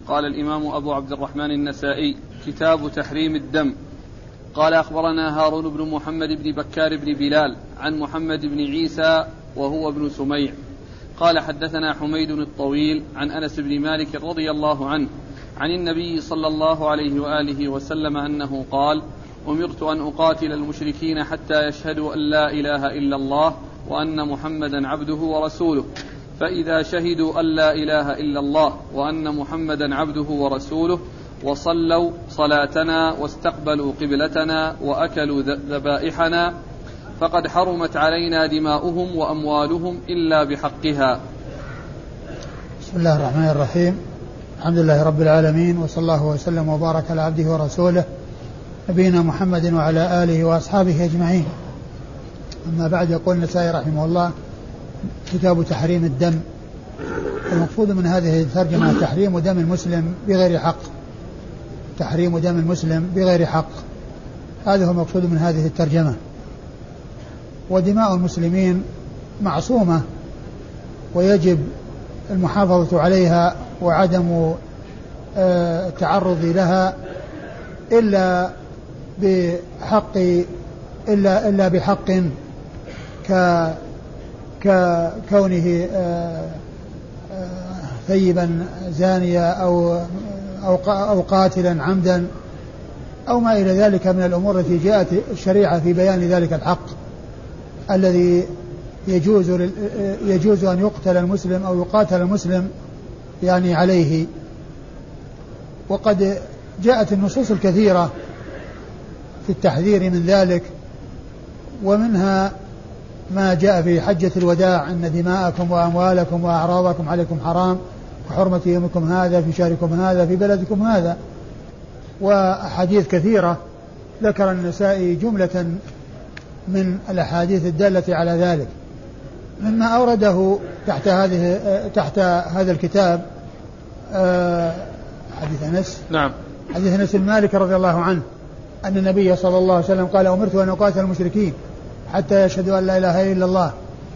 قال الإمام أبو عبد الرحمن النسائي: كتاب تحريم الدم. قال: أخبرنا هارون بن محمد بن بكار بن بلال عن محمد بن عيسى وهو ابن سميع قال: حدثنا حميد الطويل عن أنس بن مالك رضي الله عنه عن النبي صلى الله عليه وآله وسلم أنه قال: أمرت أن أقاتل المشركين حتى يشهدوا أن لا إله إلا الله وأن محمدا عبده ورسوله، فإذا شهدوا أن لا إله إلا الله وأن محمدا عبده ورسوله وصلوا صلاتنا واستقبلوا قبلتنا وأكلوا ذبائحنا فقد حرمت علينا دماؤهم وأموالهم إلا بحقها. بسم الله الرحمن الرحيم. الحمد لله رب العالمين، وصلى الله وسلم وبارك على عبده ورسوله نبينا محمد وعلى آله وأصحابه أجمعين. أما بعد، يقول النسائي رحمه الله: كتاب تحريم الدم. المقصود من هذه الترجمة تحريم دم المسلم بغير حق. تحريم دم المسلم بغير حق، هذا هو المقصود من هذه الترجمة. ودماء المسلمين معصومة، ويجب المحافظة عليها وعدم التعرض لها إلا بحق ككونه ثيبا زانيا أو قاتلا عمدا أو ما إلى ذلك من الأمور التي جاءت الشريعة في بيان ذلك الحق الذي يجوز أن يقتل المسلم أو يقاتل المسلم يعني عليه. وقد جاءت النصوص الكثيرة في التحذير من ذلك، ومنها ما جاء في حجة الوداع: أن دماءكم وأموالكم وأعراضكم عليكم حرام، وحرمة يومكم هذا في شهركم هذا في بلدكم هذا. وأحاديث كثيرة ذكر النسائي جملة من الأحاديث الدالة على ذلك. مما أورده تحت هذا الكتاب حديث أنس. نعم. حديث أنس بن مالك رضي الله عنه أن النبي صلى الله عليه وسلم قال: أمرت أن أقاتل المشركين حتى يشهدوا أن لا إله إلا الله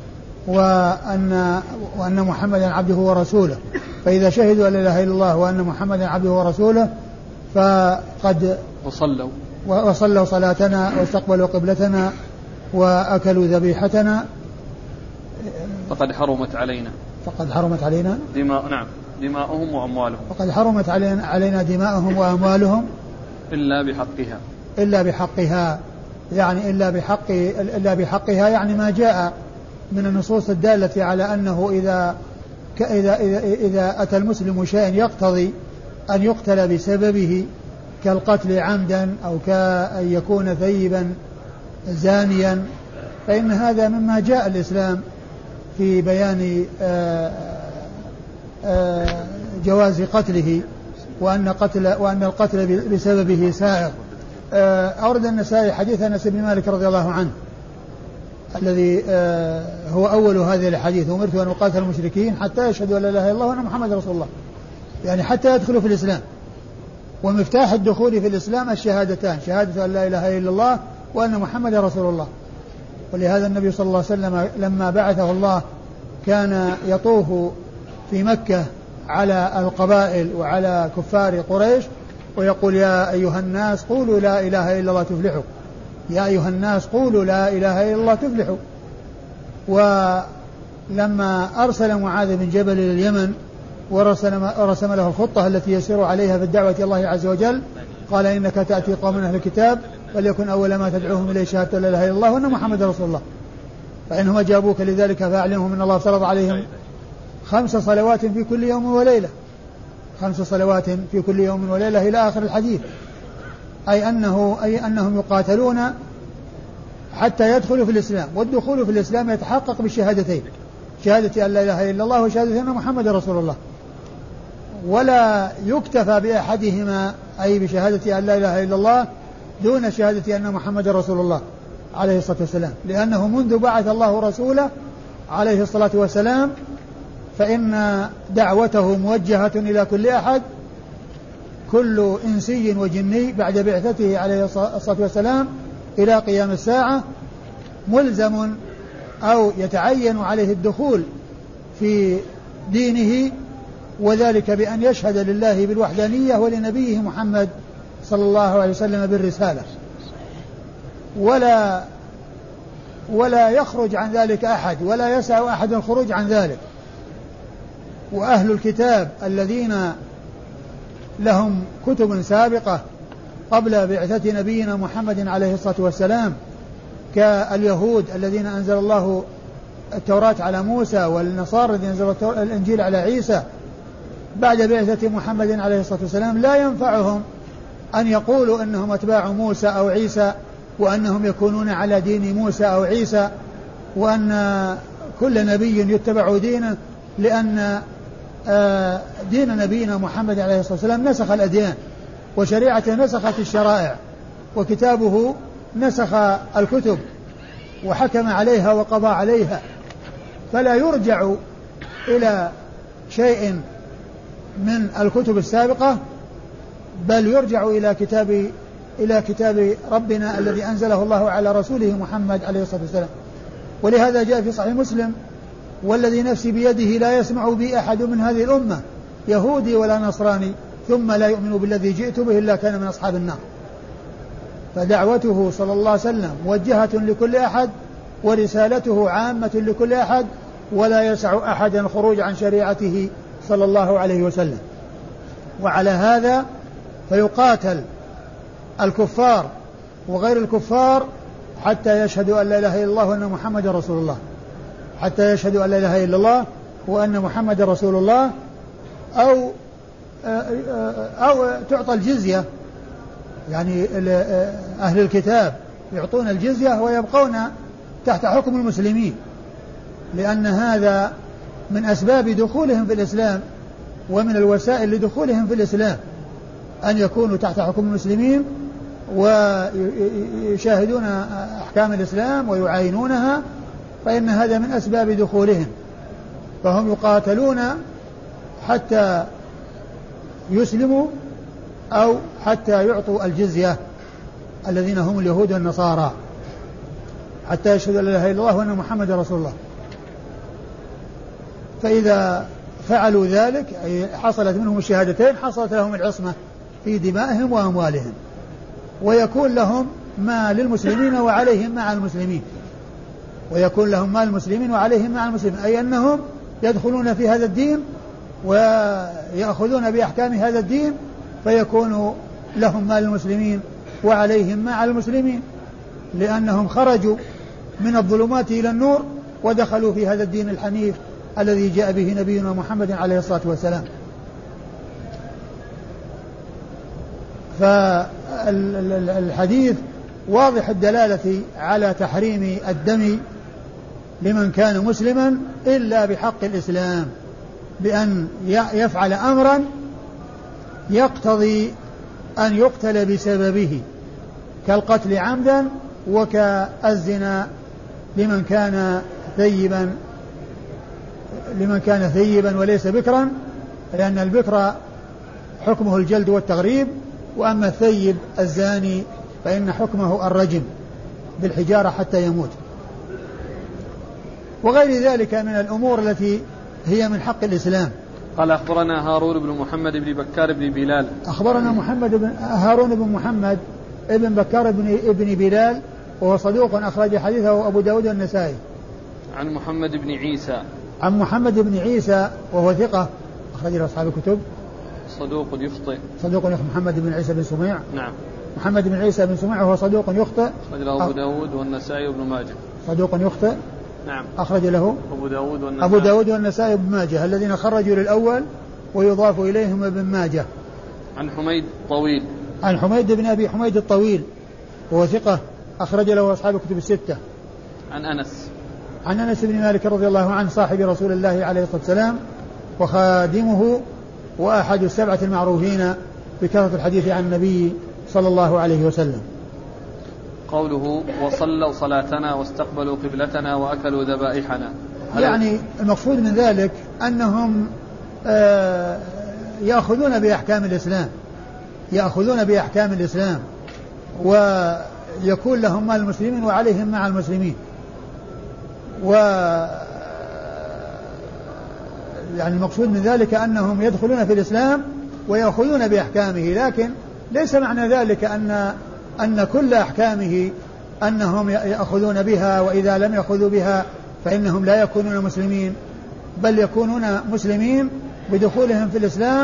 وأن محمدا عبده ورسوله، فإذا شهدوا أن لا إله إلا الله وأن محمدا عبده ورسوله فقد وصلوا صلاتنا واستقبلوا قبلتنا وأكلوا ذبيحتنا فقد حرمت علينا دماؤهم وأموالهم. فقد حرمت علينا دماؤهم وأموالهم إلا بحقها، يعني إلا بحقها يعني ما جاء من النصوص الدالة على أنه إذا أتى المسلم شيء يقتضي أن يقتل بسببه كالقتل عمدا أو كأن يكون ثيبا زانيا، فإن هذا مما جاء الإسلام في بيان جواز قتله وأن القتل بسببه سائغ. أورد النسائي حديث أنس بن مالك رضي الله عنه الذي هو أول هذه الحديث: أمرت أن أقاتل المشركين حتى يشهدوا أن لا إله إلا الله وأن محمد رسول الله، يعني حتى يدخلوا في الإسلام. ومفتاح الدخول في الإسلام الشهادتان: شهادة أن لا إله إلا الله وأن محمد رسول الله. ولهذا النبي صلى الله عليه وسلم لما بعثه الله كان يطوف في مكة على القبائل وعلى كفار قريش ويقول: يا أيها الناس قولوا لا إله إلا الله تفلحوا، يا أيها الناس قولوا لا إله إلا الله تفلحوا. ولما أرسل معاذ بن جبل إلى اليمن ورسم له الخطة التي يسير عليها في الدعوة إلى الله عز وجل، قال: إنك تأتي قوم من أهل الكتاب فليكن أول ما تدعوهم إليه شهادة لا إله إلا الله وأن محمد رسول الله، فإنهم أجابوك لذلك فأعلمهم أن الله فرض عليهم 5 صلوات في كل يوم وليلة، 5 صلوات في كل يوم وليلة إلى آخر الحديث. أي أنهم يقاتلون حتى يدخلوا في الإسلام، والدخول في الإسلام يتحقق بالشهادتين: شهادة أن لا إله إلا الله وشهادة أن محمد رسول الله. ولا يكتفى بأحدهما، أي بشهادة أن لا إله إلا الله دون شهادة أن محمد رسول الله عليه الصلاة والسلام، لأنه منذ بعث الله رسوله عليه الصلاة والسلام فإن دعوته موجهة إلى كل أحد، كل إنسي وجني بعد بعثته عليه الصلاة والسلام إلى قيام الساعة ملزم أو يتعين عليه الدخول في دينه وذلك بأن يشهد لله بالوحدانية ولنبيه محمد صلى الله عليه وسلم بالرسالة، ولا يخرج عن ذلك أحد، ولا يسع أحد الخروج عن ذلك. وأهل الكتاب الذين لهم كتب سابقة قبل بعثة نبينا محمد عليه الصلاة والسلام كاليهود الذين أنزل الله التوراة على موسى، والنصارى الذين أنزل الإنجيل على عيسى بعد بعثة محمد عليه الصلاة والسلام، لا ينفعهم أن يقولوا أنهم أتباع موسى أو عيسى، وأنهم يكونون على دين موسى أو عيسى، وأن كل نبي يتبع دينه، لأن دين نبينا محمد عليه الصلاة والسلام نسخ الأديان، وشريعته نسخت الشرائع، وكتابه نسخ الكتب وحكم عليها وقضى عليها، فلا يرجع إلى شيء من الكتب السابقة، بل يرجع إلى كتاب ربنا الذي أنزله الله على رسوله محمد عليه الصلاة والسلام. ولهذا جاء في صحيح مسلم: والذي نفسي بيده لا يسمع بي أحد من هذه الأمة يهودي ولا نصراني ثم لا يؤمن بالذي جئت به إلا كان من أصحاب النار. فدعوته صلى الله عليه وسلم موجهة لكل أحد، ورسالته عامة لكل أحد، ولا يسع أحدا الخروج عن شريعته صلى الله عليه وسلم. وعلى هذا فيقاتل الكفار وغير الكفار حتى يشهدوا أن لا إله إلا الله وأن محمد رسول الله، حتى يشهدوا أن لا إله إلا الله وأن محمد رسول الله، أو تعطى الجزية، يعني أهل الكتاب يعطون الجزية ويبقون تحت حكم المسلمين، لأن هذا من أسباب دخولهم في الإسلام ومن الوسائل لدخولهم في الإسلام، أن يكونوا تحت حكم المسلمين ويشاهدون أحكام الإسلام ويعاينونها، فإن هذا من أسباب دخولهم. فهم يقاتلون حتى يسلموا أو حتى يعطوا الجزية، الذين هم اليهود والنصارى، حتى يشهدوا أن لا إله إلا الله وأن محمد رسول الله. فإذا فعلوا ذلك أي حصلت منهم الشهادتين، حصلت لهم العصمة في دمائهم وأموالهم، ويكون لهم ما للمسلمين وعليهم مع المسلمين، ويكون لهم ما للمسلمين وعليهم مع المسلمين، أي أنهم يدخلون في هذا الدين ويأخذون بأحكام هذا الدين، فيكون لهم ما للمسلمين وعليهم مع المسلمين، لأنهم خرجوا من الظلمات إلى النور ودخلوا في هذا الدين الحنيف الذي جاء به نبينا محمد عليه الصلاة والسلام. فالحديث واضح الدلالة على تحريم الدم لمن كان مسلما إلا بحق الإسلام، بأن يفعل أمرا يقتضي أن يقتل بسببه، كالقتل عمدا وكالزنا لمن كان ثيبا وليس بكرا، لأن البكر حكمه الجلد والتغريب، وأما الثيب الزاني فإن حكمه الرجم بالحجارة حتى يموت، وغير ذلك من الأمور التي هي من حق الإسلام. قال أخبرنا هارون بن محمد بن بكار بن بلال. أخبرنا هارون بن محمد بن بكار بن بلال، وهو صدوق أخرج حديثه أبو داود والنسائي. عن محمد بن عيسى. عن محمد بن عيسى وهو ثقة أخرج له أصحاب الكتب. صدوق يخطئ. محمد بن عيسى بن سميع. نعم. محمد بن عيسى بن سميع وهو صدوق يخطئ. أخرج له أبو داود والنسائي وابن ماجه. صدوق يخطئ. نعم. أخرج له أبو داود والنسائي وابن ماجه، الذين خرجوا للأول ويضاف إليهم ابن ماجه. عن حميد طويل. عن حميد بن أبي حميد الطويل وهو ثقة أخرج له أصحاب الكتب الستة. عن أنس بن مالك رضي الله عنه صاحب رسول الله عليه الصلاة والسلام وخادمه وأحد السبعة المعروفين بكثرة الحديث عن النبي صلى الله عليه وسلم. قوله وصلوا صلاتنا واستقبلوا قبلتنا وأكلوا ذبائحنا، يعني المقصود من ذلك أنهم يأخذون بأحكام الإسلام ويكون لهم مع المسلمين وعليهم مع المسلمين، يعني المقصود من ذلك أنهم يدخلون في الإسلام ويأخذون بأحكامه، لكن ليس معنى ذلك أن كل أحكامه أنهم يأخذون بها، وإذا لم يأخذوا بها فإنهم لا يكونون مسلمين، بل يكونون مسلمين بدخولهم في الإسلام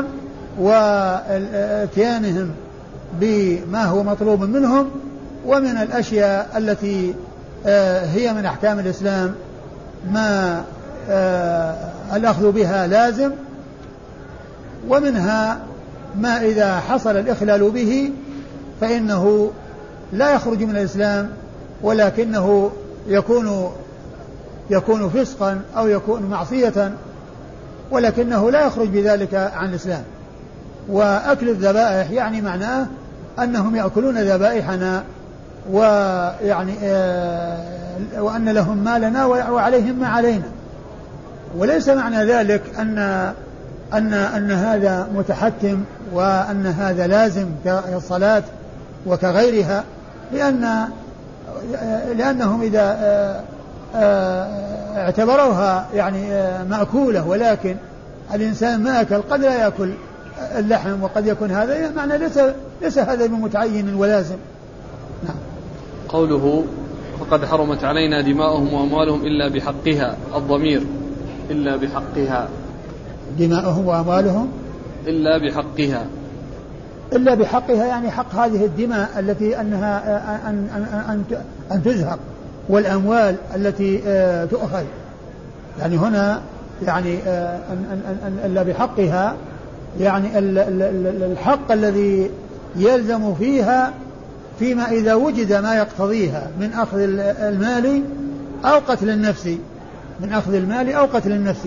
واتيانهم بما هو مطلوب منهم. ومن الأشياء التي هي من أحكام الإسلام ما الأخذ بها لازم، ومنها ما إذا حصل الإخلال به فإنه لا يخرج من الإسلام، ولكنه يكون فسقا أو يكون معصية، ولكنه لا يخرج بذلك عن الإسلام. وأكل الذبائح يعني معناه أنهم يأكلون ذبائحنا، ويعني وأن لهم ما لنا وعليهم ما علينا، وليس معنى ذلك أن هذا متحتم وأن هذا لازم كالصلاة وكغيرها، لأنهم إذا اعتبروها يعني مأكولة ولكن الإنسان ما أكل قد لا يأكل اللحم، وقد يكون هذا معنى ليس هذا بمتعين ولازم. نعم. قوله فقد حرمت علينا دماؤهم وأموالهم إلا بحقها، الضمير إلا بحقها، دماؤهم وأموالهم إلا بحقها يعني حق هذه الدماء التي أنها أن تزهق، والأموال التي تؤخذ، يعني هنا يعني إلا بحقها يعني الحق الذي يلزم فيها فيما إذا وجد ما يقتضيها من أخذ المال أو قتل النفس، من أخذ المال أو قتل النفس.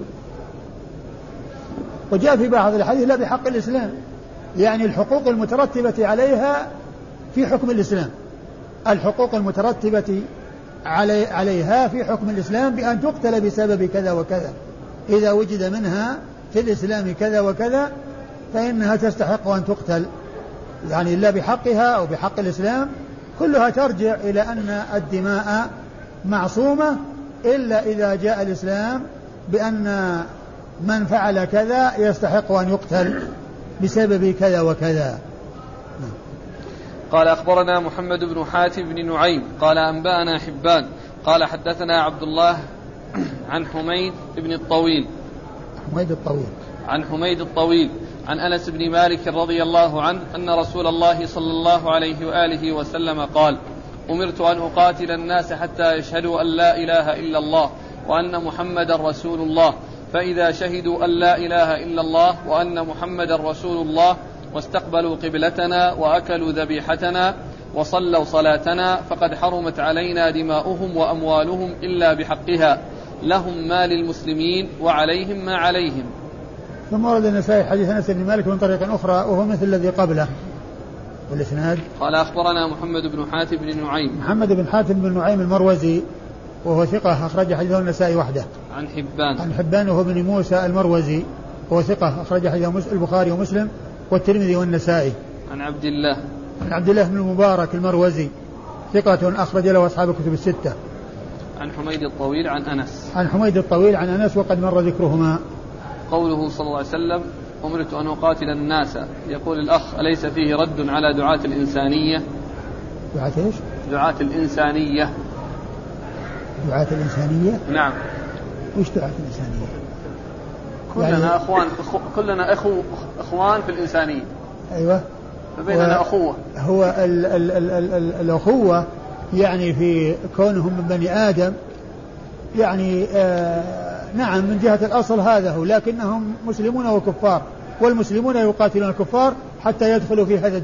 وجاء في بعض الحديث لا بحق الإسلام، يعني الحقوق المترتبة عليها في حكم الإسلام، الحقوق المترتبة عليها في حكم الإسلام بأن تقتل بسبب كذا وكذا، إذا وجد منها في الإسلام كذا وكذا فإنها تستحق أن تقتل، يعني إلا بحقها أو بحق الإسلام كلها ترجع إلى أن الدماء معصومة، إلا إذا جاء الإسلام بأن من فعل كذا يستحق أن يقتل بسبب كذا وكذا. قال أخبرنا محمد بن حاتم بن نعيم قال أنبأنا حبان قال حدثنا عبد الله عن حميد الطويل عن أنس بن مالك رضي الله عنه أن رسول الله صلى الله عليه وآله وسلم قال: أمرت أن أقاتل الناس حتى يشهدوا أن لا إله إلا الله وأن محمدا رسول الله، فإذا شهدوا أن لا إله إلا الله وأن محمدا رسول الله واستقبلوا قبلتنا وأكلوا ذبيحتنا وصلوا صلاتنا فقد حرمت علينا دماؤهم وأموالهم إلا بحقها، لهم ما للمسلمين وعليهم ما عليهم. ثم ورد النسائي حديث أنس بن مالك من طريق أخرى وهو مثل الذي قبله. والإسناد قال أخبرنا محمد بن حاتم بن نعيم المروزي وهو ثقة أخرج حديثه النسائي وحده. عن حبان وهو بن موسى المروزي وهو ثقة أخرج حديثه البخاري ومسلم والترمذي والنسائي. عن عبد الله بن المبارك المروزي ثقة أخرج له أصحاب الكتب الستة. عن حميد الطويل عن أنس وقد مر ذكرهما. قوله صلى الله عليه وسلم: أمرت أن أقاتل الناس، يقول الأخ: أليس فيه رد على دعاة الإنسانية؟ دعاة الإنسانية. نعم. وش دعاة الإنسانية؟ كلنا أخوان في الإنسانية. أيوة. فبيننا أخوة. هو الأخوة يعني في كونهم من بني آدم، يعني نعم من جهة الأصل هذا هو، لكنهم مسلمون وكفار، والمسلمون يقاتلون الكفار حتى يدخلوا في هذا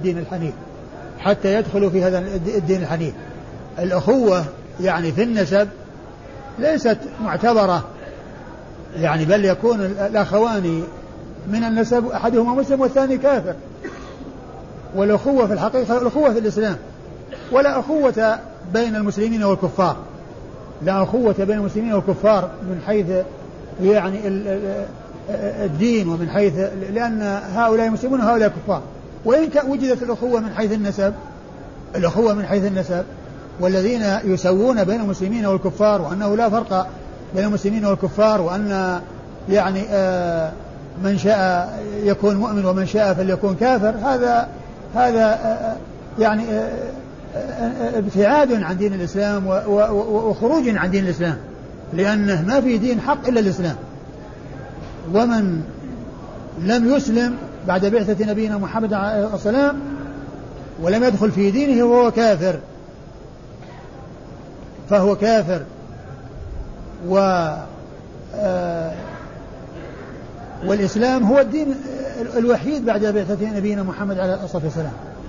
الدين الحنيف. الأخوة يعني في النسب ليست معتبرة، يعني بل يكون الأخوان من النسب أحدهما مسلم والثاني كافر. والأخوة في الحقيقة الأخوة في الإسلام، ولا أخوة بين المسلمين والكفار، لا أخوة بين المسلمين والكفار من حيث يعني الدين ومن حيث لأن هؤلاء مسلمون وهؤلاء كفار. وإن وجدت الأخوة من حيث النسب والذين يسوون بين المسلمين والكفار، وأنه لا فرق بين المسلمين والكفار، وأن يعني من شاء يكون مؤمن ومن شاء فليكون كافر، هذا يعني ابتعاد عن دين الإسلام وخروج عن دين الإسلام، لأنه ما في دين حق إلا الإسلام. ومن لم يسلم بعد بعثة نبينا محمد عليه الصلاة والسلام ولم يدخل في دينه وهو كافر، فهو كافر. والإسلام هو الدين الوحيد بعد بعثة نبينا محمد عليه الصلاة والسلام.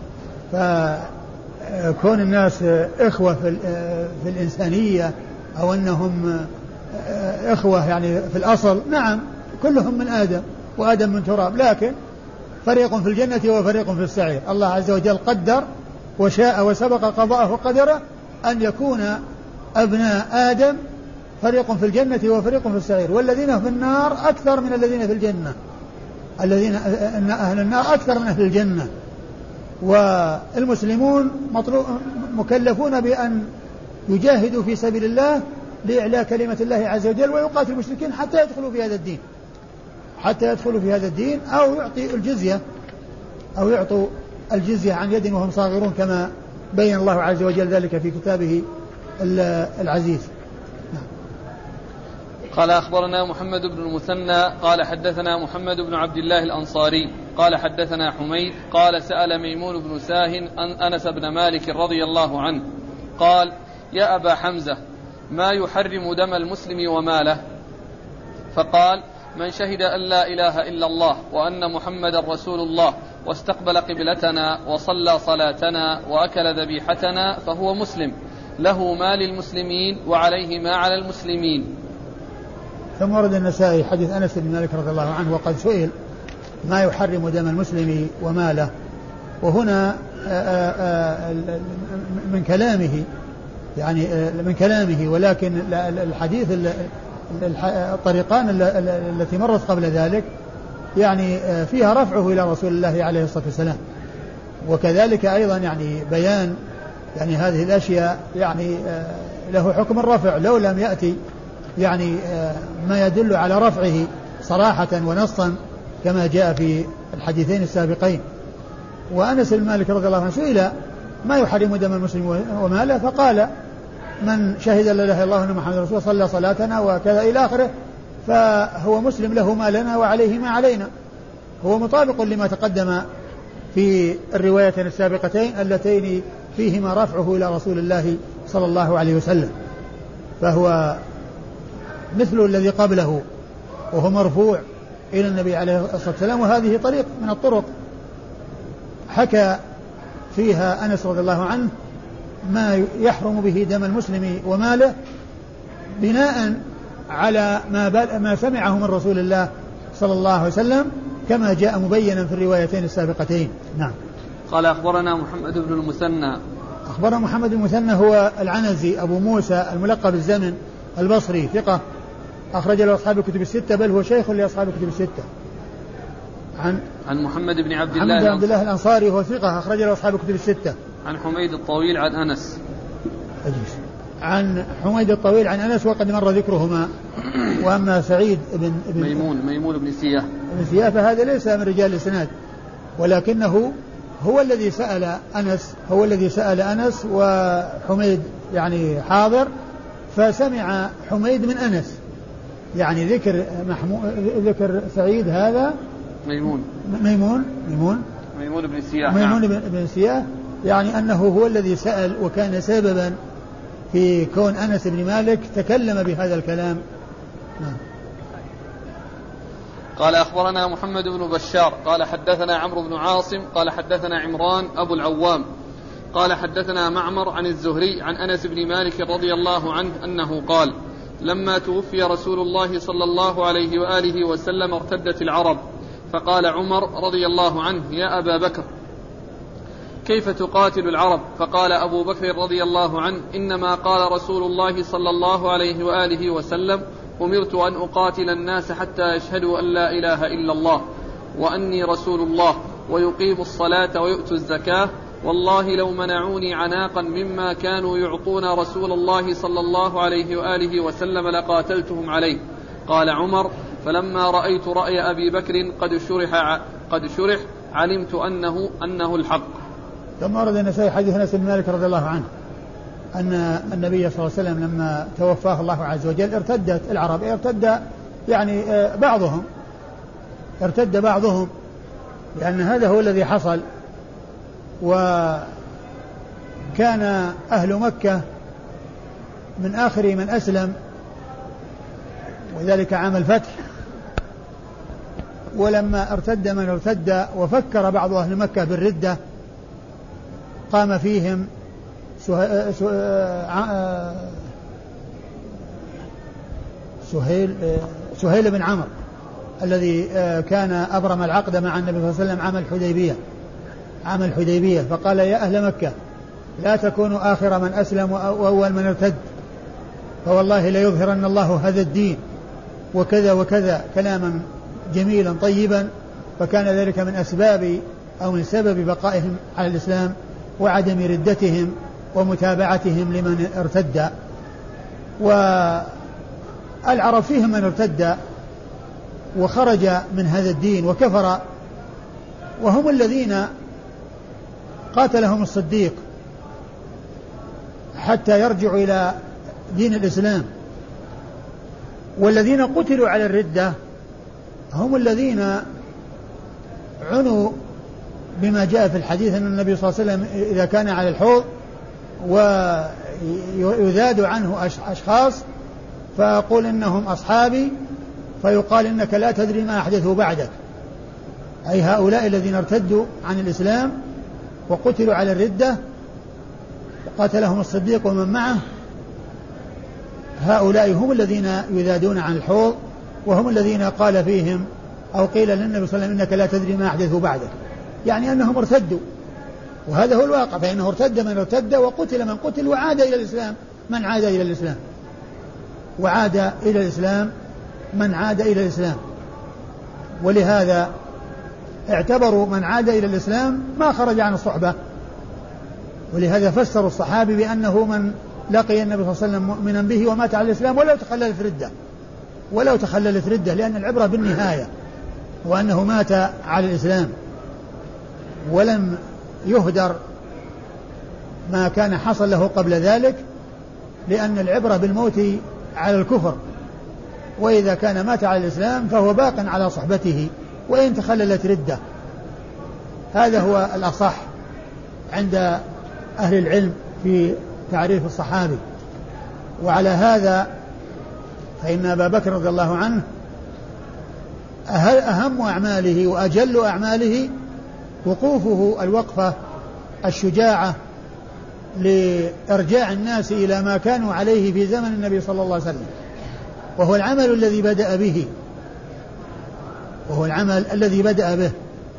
فكون الناس إخوة في الإنسانية أو أنهم إخوة يعني في الأصل، نعم كلهم من آدم وآدم من تراب، لكن فريق في الجنة وفريق في السعير. الله عز وجل قدر وشاء وسبق قضاءه وقدره أن يكون أبناء آدم فريق في الجنة وفريق في السعير، والذين في النار أكثر من الذين في الجنة، أهل النار أكثر من أهل الجنة. والمسلمون مكلفون بأن يجاهدوا في سبيل الله لإعلاء كلمة الله عز وجل، ويقاتل المشركين حتى يدخلوا في هذا الدين، أو يعطوا الجزية عن يد وهم صاغرون، كما بين الله عز وجل ذلك في كتابه العزيز. قال أخبرنا محمد بن المثنى قال حدثنا محمد بن عبد الله الأنصاري قال حدثنا حميد قال سأل ميمون بن ساهن أنس بن مالك رضي الله عنه قال: يا أبا حمزة، ما يحرم دم المسلم وماله؟ فقال: من شهد أن لا إله إلا الله وأن محمد رسول الله واستقبل قبلتنا وصلى صلاتنا وأكل ذبيحتنا فهو مسلم، له ما للمسلمين وعليه ما على المسلمين. ثم ورد النسائي حديث أنس بن مالك رضي الله عنه وقد سئل ما يحرم دم المسلم وماله، وهنا من كلامه ولكن الحديث الطريقان التي مرت قبل ذلك يعني فيها رفعه إلى رسول الله عليه الصلاة والسلام، وكذلك أيضا يعني بيان يعني هذه الأشياء يعني له حكم الرفع، لو لم يأتي يعني ما يدل على رفعه صراحة ونصا كما جاء في الحديثين السابقين. وأنس بن مالك رضي الله عنه سئل ما يحرم دم المسلم وماله، فقال: من شهد لا إله إلا الله وأن محمد رسول الله صلى صلاتنا وكذا إلى آخره فهو مسلم، له ما لنا وعليه ما علينا. هو مطابق لما تقدم في الروايتين السابقتين اللتين فيهما رفعه إلى رسول الله صلى الله عليه وسلم، فهو مثل الذي قبله وهو مرفوع إلى النبي عليه الصلاة والسلام. وهذه طريق من الطرق حكى فيها أنس رضي الله عنه ما يحرم به دم المسلم وماله بناء على ما سمعه من رسول الله صلى الله عليه وسلم كما جاء مبينا في الروايتين السابقتين. نعم. قال أخبرنا محمد بن المثنى. أخبرنا محمد بن المثنى هو العنزي أبو موسى الملقب الزمن البصري، ثقة أخرج له أصحاب الكتب الستة، بل هو شيخ لأصحاب الكتب الستة. عن محمد بن عبد الله الأنصاري هو ثقة أخرج له أصحاب الكتب الستة. عن حميد الطويل عن أنس. عن حميد الطويل عن أنس وقد مر ذكرهما. وأما سعيد بن ميمون بن سياه فهذا ليس من رجال الإسناد، ولكنه هو الذي سأل أنس وحميد يعني حاضر، فسمع حميد من أنس، يعني ذكر سعيد هذا ميمون بن سياه، يعني أنه هو الذي سأل وكان سببا في كون أنس بن مالك تكلم بهذا الكلام. قال أخبرنا محمد بن بشار قال حدثنا عمرو بن عاصم قال حدثنا عمران أبو العوام قال حدثنا معمر عن الزهري عن أنس بن مالك رضي الله عنه أنه قال: لما توفي رسول الله صلى الله عليه وآله وسلم ارتدت العرب، فقال عمر رضي الله عنه: يا أبا بكر، كيف تقاتل العرب؟ فقال أبو بكر رضي الله عنه: إنما قال رسول الله صلى الله عليه وآله وسلم: أمرت أن أقاتل الناس حتى يشهدوا أن لا إله إلا الله وأني رسول الله ويقيموا الصلاة ويؤتوا الزكاة، والله لو منعوني عناقا مما كانوا يعطون رسول الله صلى الله عليه وآله وسلم لقاتلتهم عليه. قال عمر: فلما رأيت رأي أبي بكر قد شرح علمت أنه الحق. ثم ورد النسائي حديث أنس بن مالك رضي الله عنه أن النبي صلى الله عليه وسلم لما توفاه الله عز وجل ارتدت العرب، ارتد يعني بعضهم، ارتد بعضهم، لأن هذا هو الذي حصل. وكان أهل مكة من آخر من أسلم، وذلك عام الفتح. ولما ارتد من ارتد وفكر بعض أهل مكة بالردة قام فيهم سهيل بن عمرو الذي كان أبرم العقد مع النبي صلى الله عليه وسلم عام الحديبية، فقال يا أهل مكة لا تكونوا آخر من أسلم وأول من ارتد، فوالله ليظهرن الله هذا الدين وكذا وكذا، كلاما جميلا طيبا. فكان ذلك من أسباب أو من سبب بقائهم على الإسلام وعدم ردتهم ومتابعتهم لمن ارتد. والعرب فيهم من ارتد وخرج من هذا الدين وكفر، وهم الذين قاتلهم الصديق حتى يرجعوا إلى دين الإسلام. والذين قتلوا على الردة هم الذين عنوا بما جاء في الحديث أن النبي صلى الله عليه وسلم إذا كان على الحوض ويذاد عنه أشخاص فيقول إنهم أصحابي، فيقال إنك لا تدري ما أحدثوا بعدك، أي هؤلاء الذين ارتدوا عن الإسلام وقتلوا على الردة وقاتلهم الصديق ومن معه، هؤلاء هم الذين يذادون عن الحوض، وهم الذين قال فيهم أو قيل للنبي صلى الله عليه وسلم إنك لا تدري ما أحدثوا بعدك، يعني أنهم ارتدوا. وهذا هو الواقع، فإنه ارتد من ارتد وقتل من قتل وعاد إلى الإسلام من عاد إلى الإسلام، وعاد إلى الإسلام من عاد إلى الإسلام. ولهذا اعتبروا من عاد إلى الإسلام ما خرج عن الصحبة، ولهذا فسروا الصحابي بأنه من لقي النبي صلى الله عليه وسلم مؤمنا به ومات على الإسلام ولو تخللت ردة، لأن العبرة بالنهاية، وأنه مات على الإسلام ولم يهدر ما كان حصل له قبل ذلك، لأن العبرة بالموت على الكفر، وإذا كان مات على الإسلام فهو باق على صحبته وإن تخللت ردة. هذا هو الأصح عند أهل العلم في تعريف الصحابي. وعلى هذا فإن أبا بكر رضي الله عنه أهم أعماله وأجل أعماله وقوفه الوقفة الشجاعة لإرجاع الناس إلى ما كانوا عليه في زمن النبي صلى الله عليه وسلم، وهو العمل الذي بدأ به.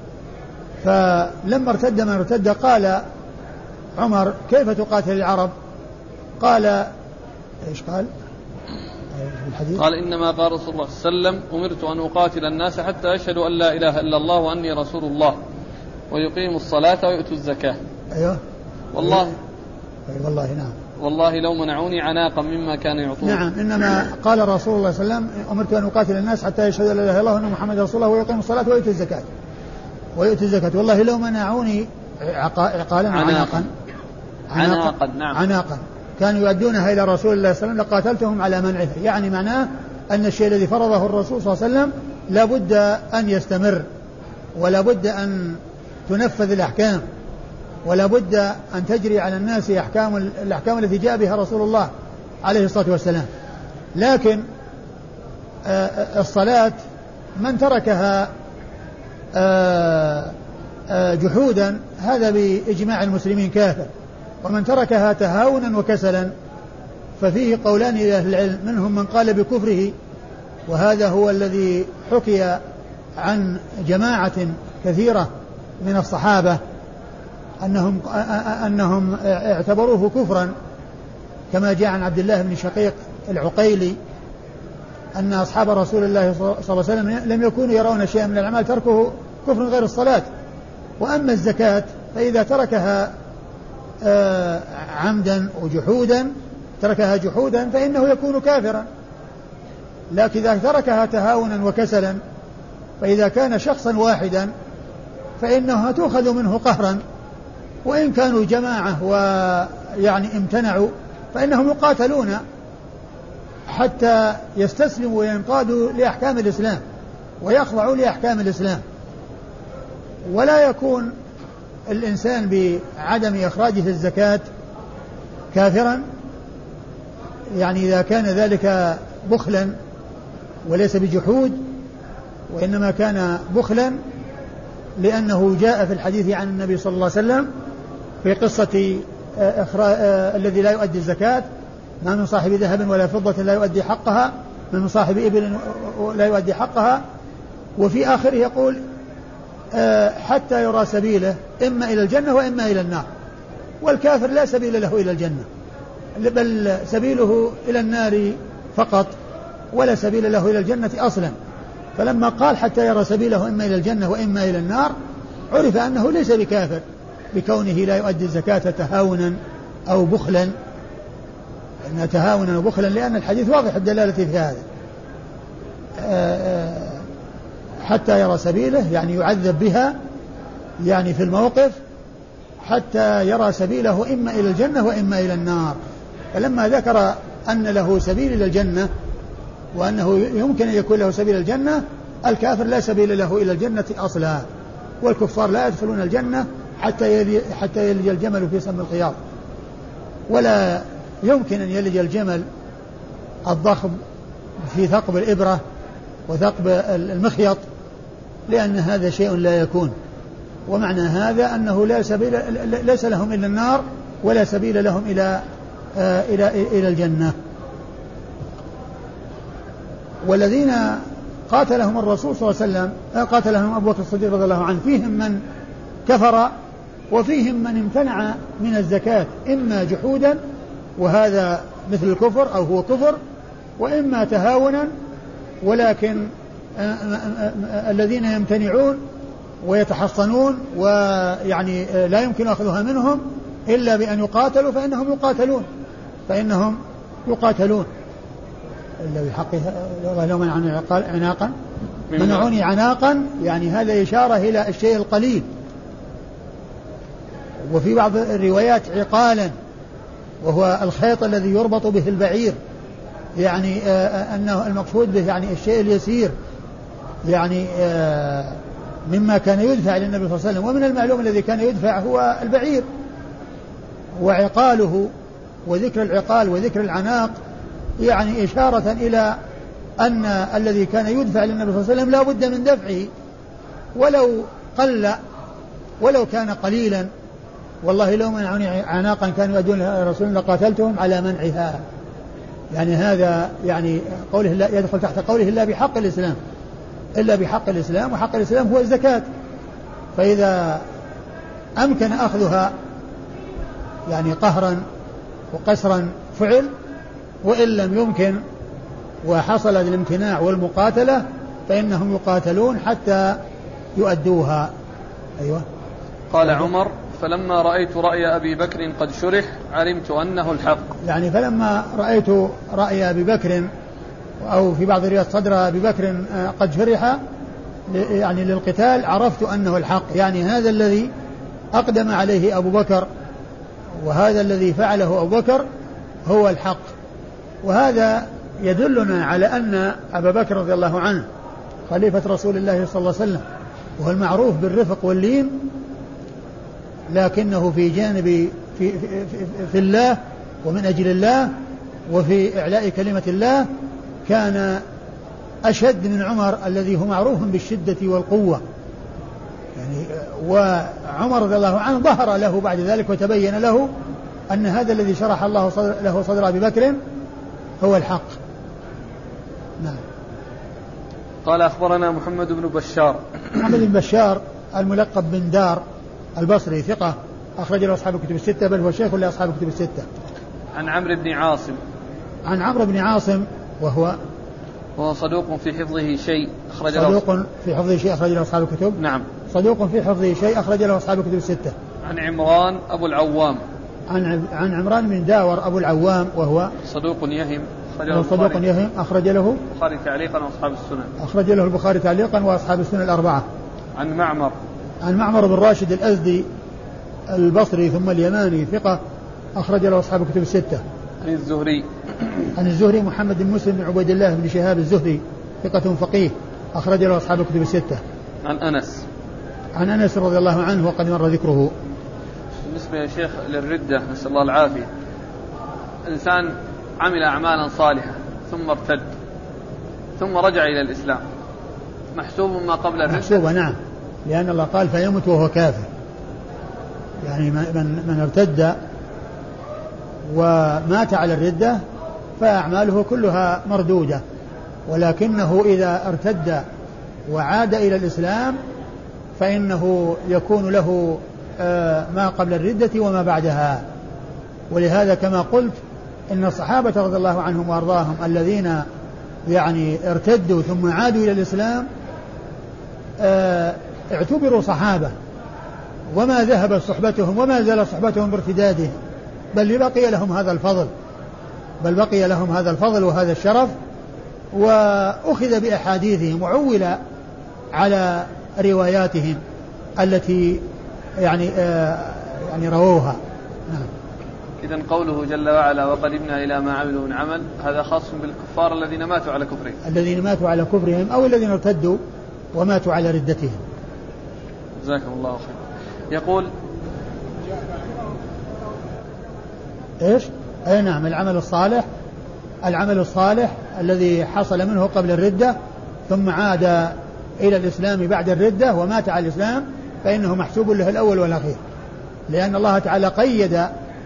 فلما ارتد من ارتد قال عمر كيف تقاتل العرب؟ قال ايش قال؟ قال إنما قال رسول الله صلى الله عليه وسلم أمرت أن أقاتل الناس حتى يشهدوا أن لا إله إلا الله وأني رسول الله ويقيموا الصلاة ويؤتوا الزكاة. أيوه والله نعم، والله لو منعوني عناقا مما كان يعطون. نعم، إنما قال رسول الله صلى الله عليه وسلم أمرت أن أقاتل الناس حتى يشهدوا أن لا إله إلا الله وأن محمد رسول الله ويقيموا الصلاة ويؤتوا الزكاة. والله لو منعوني عناقا كانوا يؤدونها إلى رسول الله صلى الله عليه وسلم لقاتلتهم على منعها. يعني معناه أن الشيء الذي فرضه الرسول صلى الله عليه وسلم لابد أن يستمر، ولابد أن تنفذ الأحكام، ولابد أن تجري على الناس الأحكام التي جاء بها رسول الله عليه الصلاة والسلام. لكن الصلاة من تركها جحودا هذا بإجماع المسلمين كافر، ومن تركها تهاونا وكسلا ففيه قولان لأهل العلم، منهم من قال بكفره، وهذا هو الذي حكي عن جماعة كثيرة من الصحابة أنهم اعتبروه كفرا، كما جاء عن عبد الله بن شقيق العقيلي أن أصحاب رسول الله صلى الله عليه وسلم لم يكونوا يرون شيئا من الأعمال تركه كفر غير الصلاة. وأما الزكاة فإذا تركها عمدا وجحودا فإنه يكون كافرا. لكن إذا تركها تهاونا وكسلا، فإذا كان شخصا واحدا فإنها تؤخذ منه قهرا، وإن كانوا جماعة ويعني امتنعوا فإنهم يقاتلون حتى يستسلموا وينقادوا لأحكام الإسلام ويخضعوا لأحكام الإسلام. ولا يكون الإنسان بعدم إخراجه الزكاة كافرا، يعني إذا كان ذلك بخلا وليس بجحود، وإنما كان بخلا لأنه جاء في الحديث عن النبي صلى الله عليه وسلم في قصة الذي لا يؤدي الزكاة: ما من صاحب ذهب ولا فضة لا يؤدي حقها، ما من صاحب إبل لا يؤدي حقها. وفي آخره يقول: حتى يرى سبيله إما إلى الجنة وإما إلى النار. والكافر لا سبيل له إلى الجنة، بل سبيله إلى النار فقط، ولا سبيل له إلى الجنة أصلا. فلما قال حتى يرى سبيله إما إلى الجنة وإما إلى النار، عرف أنه ليس بكافر بكونه لا يؤدي الزكاة تهاونا أو بخلا، أن تهاونا وبخلا، لأن الحديث واضح الدلالة في هذا. حتى يرى سبيله يعني يعذب بها، يعني في الموقف حتى يرى سبيله إما إلى الجنة وإما إلى النار. فلما ذكر أن له سبيل إلى الجنة وأنه يمكن أن يكون له سبيل الجنة، الكافر لا سبيل له إلى الجنة أصلا، والكفار لا يدخلون الجنة حتى يلج الجمل في سم الخياط. ولا يمكن أن يلج الجمل الضخم في ثقب الإبرة وثقب المخيط، لأن هذا شيء لا يكون. ومعنى هذا أنه ليس لهم إلا النار ولا سبيل لهم إلى الجنة. والذين قاتلهم الرسول صلى الله عليه وسلم، قاتلهم أبو بكر الصديق رضي الله عنه، فيهم من كفر وفيهم من امتنع من الزكاة، إما جحودا وهذا مثل الكفر أو هو كفر، وإما تهاونا، ولكن الذين يمتنعون ويتحصنون ويعني لا يمكن أخذها منهم إلا بأن يقاتلوا فإنهم يقاتلون إلا بحقها. لو منعوني عناقا، يعني هذا إشارة إلى الشيء القليل. وفي بعض الروايات عقالا، وهو الخيط الذي يربط به البعير، يعني أنه المقصود به يعني الشيء اليسير، يعني مما كان يدفع للنبي صلى الله عليه وسلم. ومن المعلوم الذي كان يدفع هو البعير، وعقاله، وذكر العقال وذكر العناق يعني إشارة إلى أن الذي كان يدفع للنبي صلى الله عليه وسلم لا بد من دفعه ولو قل، ولو كان قليلا. والله لو منعوني عناقا كانوا يؤدون رسول الله قاتلتهم على منعها. يعني هذا يعني قوله لا يدخل تحت قوله إلا بحق الإسلام، إلا بحق الإسلام، وحق الإسلام هو الزكاة. فإذا أمكن أخذها يعني قهرا وقسرا فعل، وإن لم يمكن وحصل الامتناع والمقاتلة فإنهم يقاتلون حتى يؤدوها. أيوة. قال عمر: فلما رأيت رأي أبي بكر قد شرح علمت أنه الحق. يعني فلما رأيت رأي أبي بكر، أو في بعض الروايات صدر أبي بكر قد شرح يعني للقتال، عرفت أنه الحق. يعني هذا الذي أقدم عليه أبو بكر وهذا الذي فعله أبو بكر هو الحق. وهذا يدلنا على أن أبا بكر رضي الله عنه خليفة رسول الله صلى الله عليه وسلم، وهو المعروف بالرفق واللين، لكنه في جانب في الله ومن أجل الله وفي إعلاء كلمة الله كان أشد من عمر الذي هو معروف بالشدة والقوة. يعني وعمر رضي الله عنه ظهر له بعد ذلك وتبين له أن هذا الذي شرح الله له صدر أبي بكر هو الحق. نعم. قال: أخبرنا محمد بن بشار. محمد بن بشار الملقب بن دار البصري ثقة، أخرج له أصحاب الكتب الستة، بل هو شيخ لأصحاب الكتب الستة. عن عمرو بن عاصم. عن عمرو بن عاصم وهو صدوق في حفظه شيء أخرج له أصحاب الكتب. نعم. صدوق في حفظه شيء أخرج له أصحاب الكتب الستة. عن عمران أبو العوام. عن عمران بن داور أبو العوام وهو صدوق يهم صدوق يهم أخرج له البخاري تعليقا وأصحاب السنن. أخرج له البخاري تعليقا وأصحاب السنن الأربعة. عن معمر بن راشد الأزدي البصري ثم اليماني ثقة أخرج له أصحاب الكتب الستة. عن الزهري محمد بن مسلم بن عبيد الله بن شهاب الزهري ثقة فقيه أخرج له أصحاب الكتب الستة. عن أنس رضي الله عنه وقد مر ذكره. بالنسبة يا شيخ للردة نسأل الله العافية، إنسان عمل أعمالا صالحة ثم ارتد ثم رجع إلى الإسلام، محسوب ما قبل الردة؟ محسوب نعم، لأن الله قال فيمت وهو كافر، يعني من ارتد ومات على الردة فأعماله كلها مردودة، ولكنه إذا ارتد وعاد إلى الإسلام فإنه يكون له ما قبل الردة وما بعدها. ولهذا كما قلت إن الصحابة رضي الله عنهم وأرضاهم الذين يعني ارتدوا ثم عادوا إلى الإسلام اعتبروا صحابة، وما ذهبت صحبتهم وما زالت صحبتهم بارتدادهم، بل بقي لهم هذا الفضل وهذا الشرف، وأخذ بأحاديثهم وعول على رواياتهم التي يعني رووها. إذن قوله جل وعلا وقدمنا إلى ما عملوا من عمل، هذا خاص بالكفار الذين ماتوا على كفرهم أو الذين ارتدوا وماتوا على ردتهم. جزاكم الله خير. يقول إيش؟ أي نعم، العمل الصالح الذي حصل منه قبل الردة ثم عاد إلى الإسلام بعد الردة ومات على الإسلام فإنه محسوب له الأول والأخير، لأن الله تعالى قيد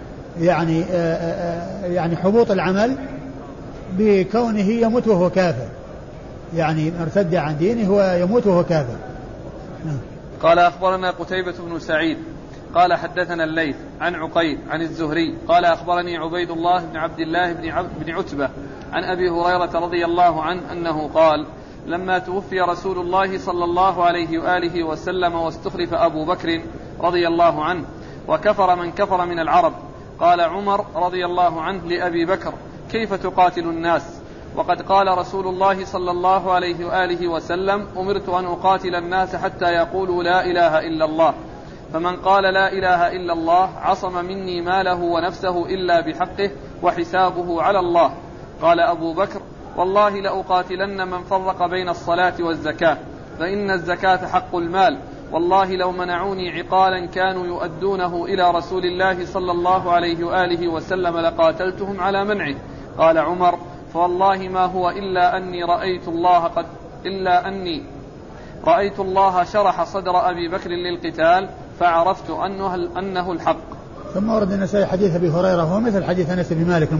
يعني حبوط العمل بكونه يموت وهو كافر، يعني ارتد عن دينه ويموت وهو كافر. قال أخبرنا قتيبة بن سعيد قال حدثنا الليث عن عقيل عن الزهري قال أخبرني عبيد الله بن عبد الله بن عتبة عن أبي هريرة رضي الله عنه أنه قال لما توفي رسول الله صلى الله عليه وآله وسلم واستخلف أبو بكر رضي الله عنه وكفر من كفر من العرب، قال عمر رضي الله عنه لأبي بكر كيف تقاتل الناس وقد قال رسول الله صلى الله عليه وآله وسلم أمرت أن أقاتل الناس حتى يقولوا لا إله إلا الله، فمن قال لا إله إلا الله عصم مني ماله ونفسه إلا بحقه وحسابه على الله. قال أبو بكر والله لأقاتلن من فرق بين الصلاة والزكاة، فإن الزكاة حق المال، والله لو منعوني عقالا كانوا يؤدونه إلى رسول الله صلى الله عليه وآله وسلم لقاتلتهم على منعه. قال عمر فوالله ما هو إلا أني رأيت الله شرح صدر أبي بكر للقتال فعرفت أنه الحق. ثم ورد النسائي حديث أبي هريرة هو مثل حديث أنس بن مالك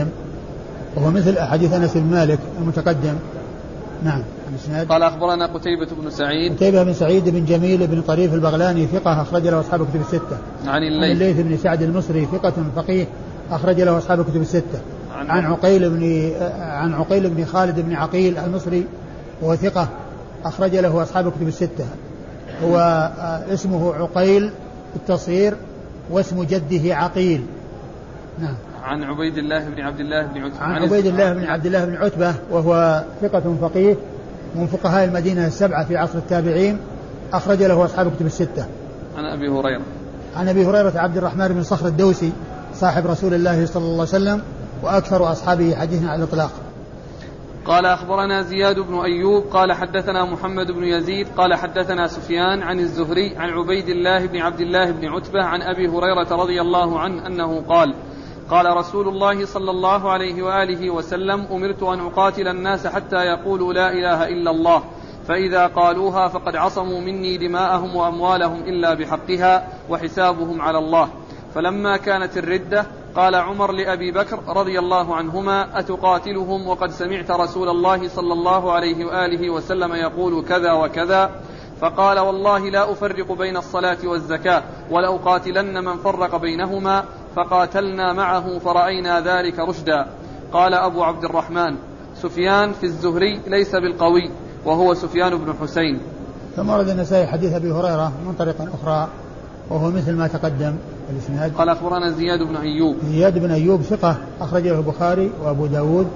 المتقدم، نعم. قال أخبرنا قتيبة بن سعيد بن جميل بن طريف البغلاني ثقة أخرج له أصحاب الكتب الستة. عن الليث بن سعد المصري ثقة فقيه أخرج له أصحاب الكتب الستة. عن عقيل بن خالد بن عقيل المصري وهو ثقة أخرج له أصحاب الكتب الستة. هو اسمه عقيل بالتصغير واسم جده عقيل. نعم. عن عبيد الله بن عبد الله بن عتبة وهو ثقة فقيه من فقهاء المدينة السبعة في عصر التابعين أخرج له أصحاب الكتب الستة. عن أبي هريرة عبد الرحمن بن صخر الدوسي صاحب رسول الله صلى الله عليه وسلم وأكثر أصحابه حديثا على الإطلاق. قال أخبرنا زياد بن أيوب قال حدثنا محمد بن يزيد قال حدثنا سفيان عن الزهري عن عبيد الله بن عبد الله بن عتبة عن أبي هريرة رضي الله عنه أنه قال رسول الله صلى الله عليه وآله وسلم أمرت أن أقاتل الناس حتى يقولوا لا إله إلا الله، فإذا قالوها فقد عصموا مني دماءهم وأموالهم إلا بحقها وحسابهم على الله. فلما كانت الردة قال عمر لأبي بكر رضي الله عنهما أتقاتلهم وقد سمعت رسول الله صلى الله عليه وآله وسلم يقول كذا وكذا؟ فقال والله لا أفرق بين الصلاة والزكاة ولأقاتلن من فرق بينهما، فقاتلنا معه فرأينا ذلك رشدا. قال أبو عبد الرحمن سفيان في الزهري ليس بالقوي وهو سفيان بن حسين. ثم ورد النسائي حديث أبي هريرة من طريق أخرى وهو مثل ما تقدم الإسناد. قال أخبرنا زياد بن أيوب ثقة أخرجه البخاري وأبو داود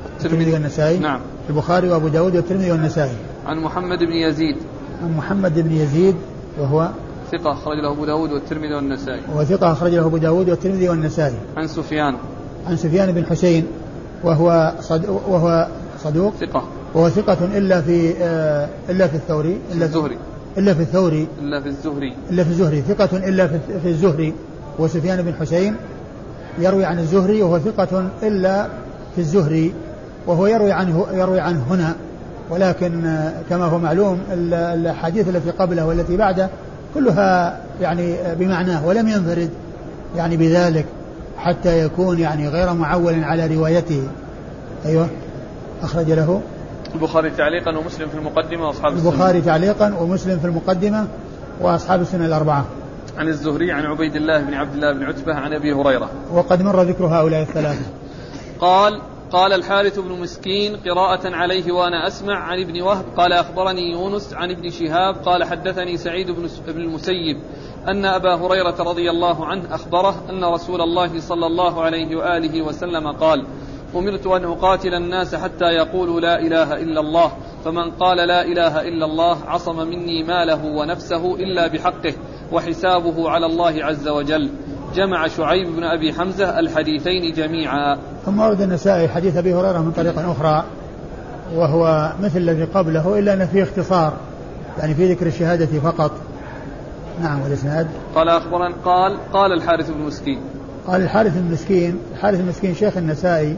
الترمذي والنسائي. نعم. البخاري وأبو داود والترمذي والنسائي. عن محمد بن يزيد. عن محمد بن يزيد وهو ثقة أخرج له أبو داود والترمذي والنسائي. وثقة أخرج له أبو داود والترمذي والنسائي. عن سفيان. عن سفيان بن حسين وهو صدوق. ثقة. وهو ثقة إلا في الثوري. إلا في الزهري ثقة إلا في الزهري. وسفيان بن حسين يروي عن الزهري وهو ثقة إلا في الزهري، وهو يروي عنه هنا، ولكن كما هو معلوم الحديث التي قبله والتي بعده كلها يعني بمعناه، ولم ينفرد يعني بذلك حتى يكون يعني غير معول على روايته. أيوة. أخرج له البخاري تعليقا ومسلم في المقدمة وأصحاب السنة. البخاري تعليقا ومسلم في المقدمة وأصحاب السنة الأربعة. عن الزهري عن عبيد الله بن عبد الله بن عتبة عن أبي هريرة. وقد مر ذكر هؤلاء الثلاثة. قال الحارث بن مسكين قراءة عليه وأنا أسمع عن ابن وهب قال أخبرني يونس عن ابن شهاب قال حدثني سعيد بن المسيب أن أبا هريرة رضي الله عنه أخبره أن رسول الله صلى الله عليه وآله وسلم قال: أمرت أن أقاتل الناس حتى يقولوا لا إله إلا الله، فمن قال لا إله إلا الله عصم مني ماله ونفسه إلا بحقه وحسابه على الله عز وجل. جمع شعيب بن أبي حمزة الحديثين جميعا. ثم ورد النسائي حديث أبي هريرة من طريق أخرى وهو مثل الذي قبله إلا أن فيه اختصار يعني في ذكر الشهادة فقط. نعم. والإسناد قال أخبرنا قال الحارث بن مسكين. قال الحارث المسكين شيخ النسائي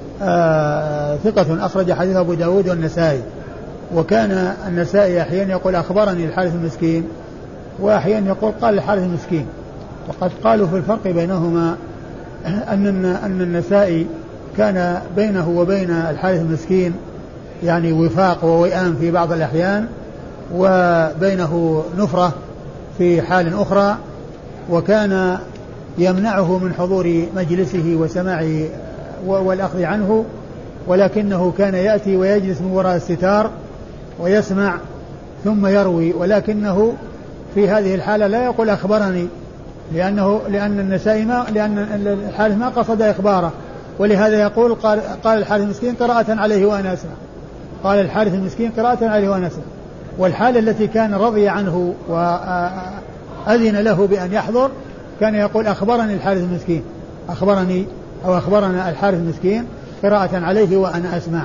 ثقة أخرج حديث أبو داود والنسائي. وكان النسائي أحيانا يقول أخبرني الحارث المسكين وأحيانا يقول قال الحارث المسكين. وقد قالوا في الفرق بينهما أن النسائي كان بينه وبين الحارث المسكين يعني وفاق ووئام في بعض الأحيان، وبينه نفرة في حال أخرى، وكان يمنعه من حضور مجلسه وسماع والأخذ عنه، ولكنه كان يأتي ويجلس من وراء الستار ويسمع ثم يروي، ولكنه في هذه الحالة لا يقول أخبرني لأن الحارث ما قصد إخباره، ولهذا يقول قال الحارث المسكين قراءة عليه وأنا أسمع. قال الحارث المسكين قراءة عليه وأنا أسمع. والحالة التي كان رضي عنه وأذن له بأن يحضر كان يقول أخبرني الحارث المسكين، أخبرنا الحارث المسكين قراءة عليه وأنا أسمع.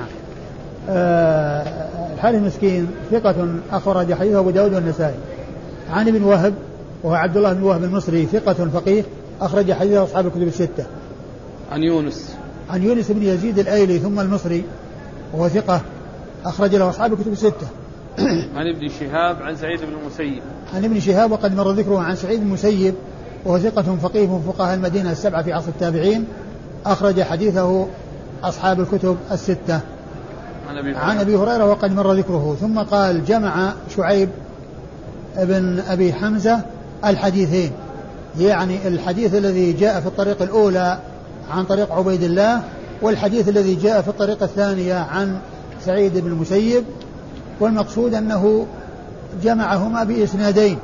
الحارث المسكين ثقة أخرج حديثه أبو داود والنسائي. عن ابن وهب وهو عبد الله بن وهب المصري ثقة فقيه أخرج حديثه أصحاب الكتب الستة. عن يونس بن يزيد الأيلي ثم المصري وهو ثقة أخرج له أصحاب الكتب الستة. عن ابن شهاب عن سعيد بن المسيب. عن ابن شهاب وقد مر ذكره عن سعيد بن المسيب وهو ثقة فقيه من فقهاء المدينة السبعة في عصر التابعين أخرج حديثه أصحاب الكتب الستة. عن أبي هريرة وقد مر ذكره. ثم قال جمع شعيب ابن أبي حمزة الحديثين، يعني الحديث الذي جاء في الطريق الأولى عن طريق عبيد الله، والحديث الذي جاء في الطريق الثانية عن سعيد بن المسيب، والمقصود أنه جمعهما بإسنادين،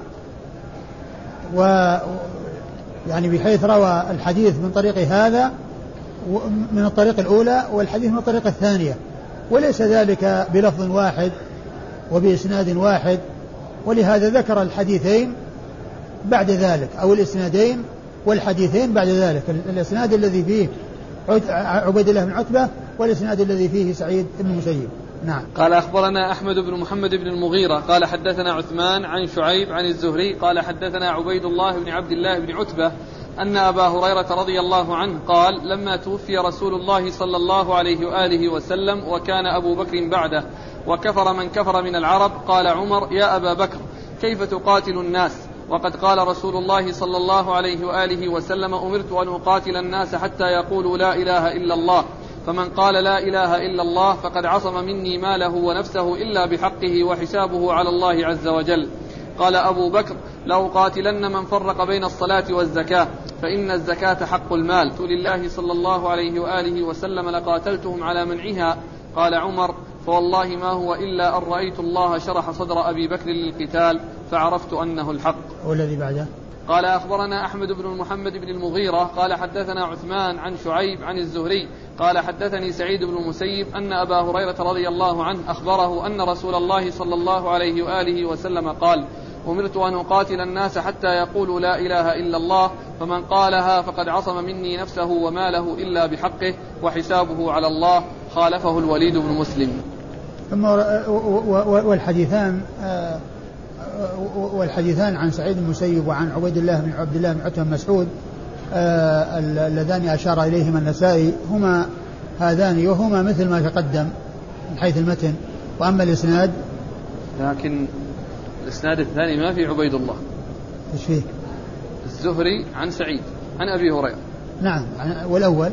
يعني بحيث روى الحديث من طريق هذا من الطريق الأولى والحديث من الطريق الثانية، وليس ذلك بلفظ واحد وبإسناد واحد، ولهذا ذكر الحديثين بعد ذلك أو الإسنادين والحديثين بعد ذلك، الإسناد الذي فيه عبيد الله بن عتبة والإسناد الذي فيه سعيد بن المسيب. نعم. قال أخبرنا أحمد بن محمد بن المغيرة قال حدثنا عثمان عن شعيب عن الزهري قال حدثنا عبيد الله بن عبد الله بن عتبة أن أبا هريرة رضي الله عنه قال لما توفي رسول الله صلى الله عليه وآله وسلم وكان أبو بكر بعده وكفر من كفر من العرب، قال عمر: يا أبا بكر كيف تقاتل الناس وقد قال رسول الله صلى الله عليه وآله وسلم: أمرت أن أقاتل الناس حتى يقولوا لا إله إلا الله، فمن قال لا إله إلا الله فقد عصم مني ماله ونفسه إلا بحقه وحسابه على الله عز وجل. قال أبو بكر: لأقاتلن من فرق بين الصلاة والزكاة فإن الزكاة حق المال، لله صلى الله عليه وآله وسلم لقاتلتهم على منعها. قال عمر: فوالله ما هو إلا أن رأيت الله شرح صدر أبي بكر للقتال فعرفت أنه الحق. والذي بعده قال أخبرنا أحمد بن محمد بن المغيرة قال حدثنا عثمان عن شعيب عن الزهري قال حدثني سعيد بن المسيب أن أبا هريرة رضي الله عنه أخبره أن رسول الله صلى الله عليه وآله وسلم قال: أمرت أن أقاتل الناس حتى يقولوا لا إله إلا الله، فمن قالها فقد عصم مني نفسه وماله إلا بحقه وحسابه على الله. خالفه الوليد بن مسلم. والحديثان عن سعيد بن المسيب وعن عبد الله بن عتبة بن مسعود اللذان أشار إليهما النسائي هما هذان وهما مثل ما تقدم من حيث المتن. وأما الإسناد لكن الإسناد الثاني ما في عبيد الله. إيش فيه؟ الزهري عن سعيد عن أبي هريرة. نعم. والأول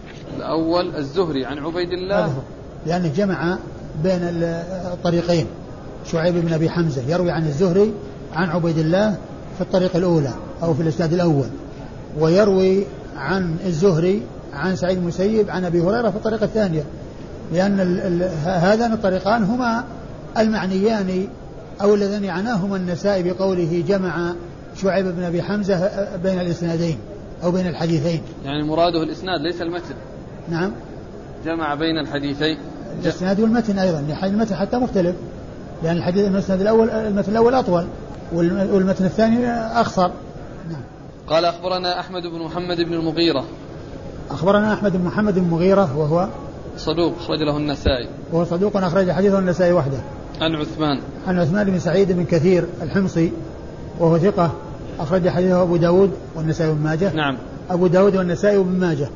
الزهري عن عبيد الله، لأنه جمع بين الطريقين. شعيب بن أبي حمزة يروي عن الزهري عن عبيد الله في الطريق الأولى أو في الإسناد الأول، ويروي عن الزهري عن سعيد المسيب عن أبي هريرة في الطريقة الثانية، لأن هذان الطريقان هما المعنيان أو اللذان عناهما النسائي بقوله جمع شعيب بن أبي حمزة بين الإسنادين أو بين الحديثين. يعني مراده الإسناد ليس المتن. نعم. جمع بين الحديثين الإسناد والمتن أيضا، لأن المتن حتى مختلف، لأن الحديث المتن الأول أطول والمتن الثاني أخصر. نعم. قال أخبرنا أحمد بن محمد بن المغيرة. أخبرنا أحمد بن محمد بن المغيرة وهو صدوق أخرج له النسائي. وهو صدوق أخرج حديثه النسائي وحده. عن عثمان بن سعيد بن كثير الحمصي وهو ثقة أخرج حديثه أبو داود والنسائي وابن ماجه. نعم. أبو داود والنسائي وابن ماجه.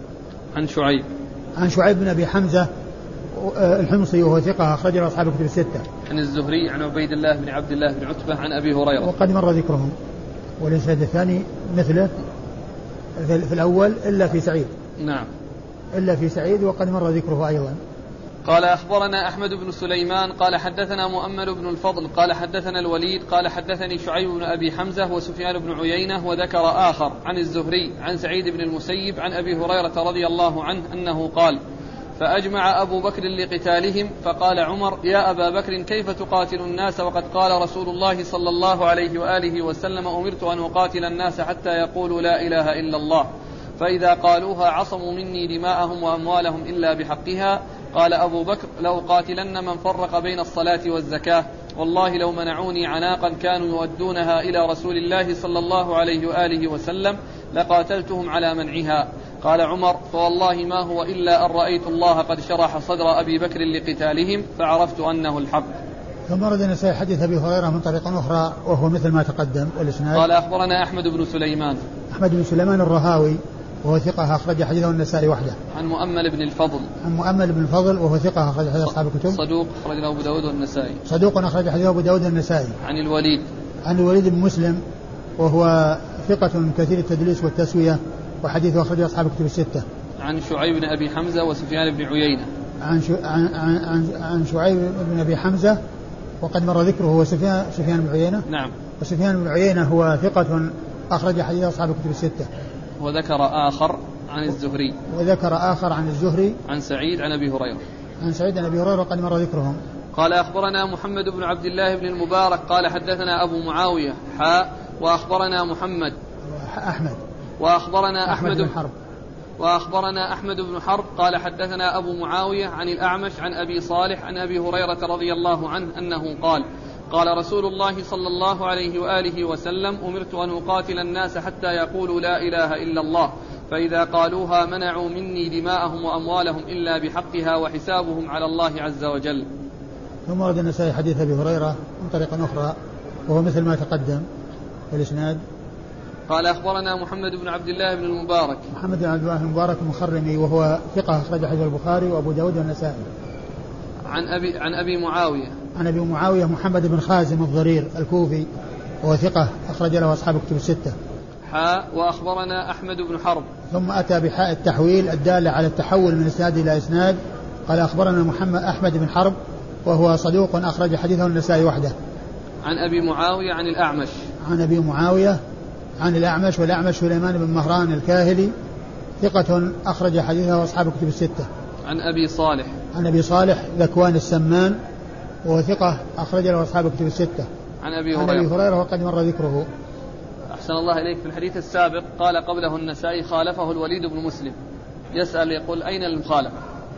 عن شعيب بن أبي حمزة الحمصي وهو ثقة أخرج له أصحاب الكتب الستة. عن الزهري عن عبيد الله بن عبد الله بن عتبة عن أبي هريرة وقد مر ذكرهم. والإسناد الثاني مثله في الأول إلا في سعيد. نعم. إلا في سعيد وقد مر ذكره أيضا. قال أخبرنا أحمد بن سليمان قال حدثنا مؤمل بن الفضل قال حدثنا الوليد قال حدثني شعيب بن أبي حمزة وسفيان بن عيينة وذكر آخر عن الزهري عن سعيد بن المسيب عن أبي هريرة رضي الله عنه أنه قال: فأجمع أبو بكر لقتالهم، فقال عمر: يا أبا بكر كيف تقاتل الناس وقد قال رسول الله صلى الله عليه وآله وسلم: أمرت أن أقاتل الناس حتى يقولوا لا إله إلا الله، فإذا قالوها عصموا مني دماءهم وأموالهم إلا بحقها. قال أبو بكر: لو قاتلن من فرق بين الصلاة والزكاة، والله لو منعوني عناقا كانوا يؤدونها إلى رسول الله صلى الله عليه وآله وسلم لقاتلتهم على منعها. قال عمر: فوالله ما هو إلا أن رأيت الله قد شرح صدر أبي بكر لقتالهم فعرفت أنه الحق. ثم رد النسائي حديث أبي هريرة من طريق أخرى وهو مثل ما تقدم. والإسناد قال أخبرنا أحمد بن سليمان الرهاوي وهو ثقة أخرج حديثه النسائي وحده. عن مؤمل بن الفضل وهو ثقة أخرج حديث أصحاب الكتب. صدوق أخرج له أبو داود والنسائي. صدوق أخرج حديثه أبو داود والنسائي. عن الوليد بن مسلم وهو ثقة كثير التدليس والتسوية وحديثه أخرج أصحاب الكتب الستة. عن شعيب بن أبي حمزة وسفيان بن عيينة. عن شعيب بن أبي حمزة وقد مر ذكره هو سفيان بن عيينة. نعم. وسفيان بن عيينة هو ثقة أخرج حديث أصحاب الكتب الستة. وذكر آخر عن الزهري عن سعيد عن أبي هريرة وقد مر ذكرهم. قال أخبرنا محمد بن عبد الله بن المبارك قال حدثنا أبو معاوية وأخبرنا محمد وأخبرنا أحمد بن حرب قال حدثنا أبو معاوية عن الأعمش عن أبي صالح عن أبي هريرة رضي الله عنه أنه قال: قال رسول الله صلى الله عليه وآله وسلم: أمرت أن أقاتل الناس حتى يقولوا لا إله إلا الله، فإذا قالوها منعوا مني دماءهم وأموالهم إلا بحقها وحسابهم على الله عز وجل. ثم ورد النسائي حديث أبي هريرة من طريق أخرى وهو مثل ما تقدم. والإسناد قال أخبرنا محمد بن عبد الله بن المبارك المخرمي وهو ثقة أخرج حديث البخاري وأبو داود والنسائي. عن أبي معاوية محمد بن خازم الضرير الكوفي وهو ثقة أخرج له أصحاب الكتب الستة. وأخبرنا أحمد بن حرب. ثم أتى بحاء التحويل الدالة على التحول من إسناد إلى إسناد. قال أخبرنا أحمد بن حرب وهو صدوق أخرج حديثه النسائي وحده. عن أبي معاوية عن الأعمش. عن الأعمش والأعمش سليمان بن مهران الكاهلي ثقة أخرج حديثه أصحاب الكتب الستة. عن أبي صالح ذكوان السمان وهو ثقة أخرج له أصحاب الكتب الستة. عن أبي هريرة وقد مر ذكره. أحسن الله إليك. في الحديث السابق قال قبله النسائي خالفه الوليد بن مسلم، يسأل يقول أين المخالفة؟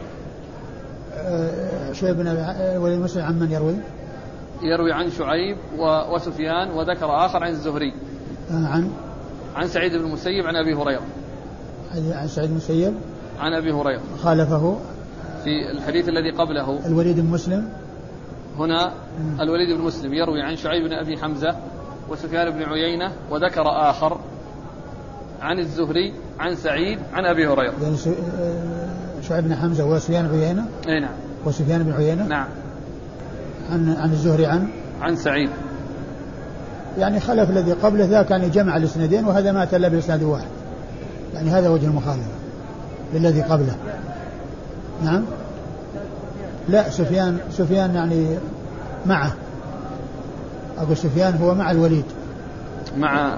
شعيب بن الوليد بن مسلم عن من يروي؟ يروي عن شعيب وسفيان وذكر آخر عن الزهري عن سعيد بن المسيب عن أبي هريرة. عن سعيد بن المسيب عن أبي هريرة. خالفه في الحديث الذي قبله الوليد بن مسلم. هنا الوليد بن مسلم يروي عن شعيب بن أبي حمزة وسفيان بن عيينة وذكر آخر عن الزهري عن سعيد عن أبي هريرة. يعني شعيب بن حمزة وسفيان بن عيينة. أي نعم. وسفيان بن عيينة. نعم. عن الزهري عن سعيد. يعني خلف الذي قبله ذاك يعني جمع الاسنادين، وهذا ما أتى إلا بإسناد واحد، يعني هذا وجه المخالفة للذي قبله. نعم. لا سفيان يعني معه، أقول سفيان هو مع الوليد مع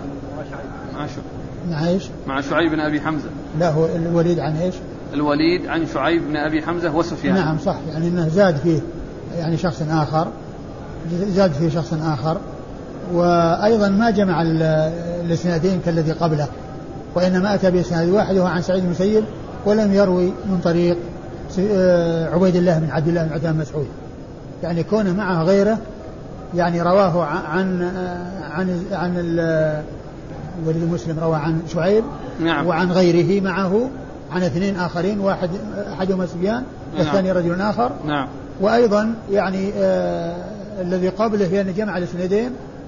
ايش؟ مع شعيب بن أبي حمزة. لا هو الوليد عن ايش؟ الوليد عن شعيب بن أبي حمزة وسفيان. نعم صح، يعني انه زاد فيه يعني شخص آخر، وأيضا ما جمع الاسنادين كالذي قبله، وإنما أتى بإسناد واحد وهو عن سعيد بن المسيب، ولم يروي من طريق عبيد الله بن عبد الله بن عتبة مسعود، يعني كونه معه غيره، يعني رواه عن الوليد مسلم روى عن شعيب. نعم. وعن غيره معه عن اثنين آخرين، أحدهما سفيان والثاني رجل آخر. نعم. وأيضا يعني الذي قبله يعني جمع الاسنادين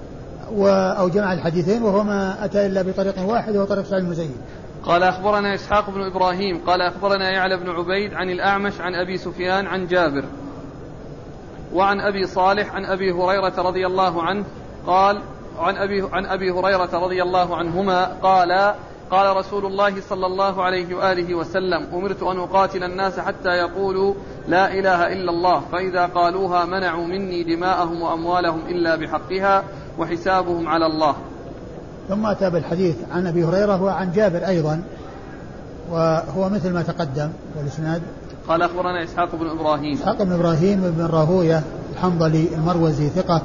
أو جمع الحديثين، وهو ما أتى إلا بطريق واحد وهو طريق سعيد بن المسيب. قال أخبرنا إسحاق بن إبراهيم قال أخبرنا يعلى بن عبيد عن الأعمش عن أبي سفيان عن جابر وعن أبي صالح عن أبي هريرة رضي الله عنه قال عن أبي هريرة رضي الله عنهما قال رسول الله صلى الله عليه وآله وسلم: أمرت أن أقاتل الناس حتى يقولوا لا إله إلا الله، فإذا قالوها منعوا مني دماءهم وأموالهم إلا بحقها وحسابهم على الله. ثم أتى بالحديث عن أبي هريرة وعن جابر أيضا، وهو مثل ما تقدم والإسناد. قال أخبرنا إسحاق بن إبراهيم بن راهوية الحنظلي المروزي ثقة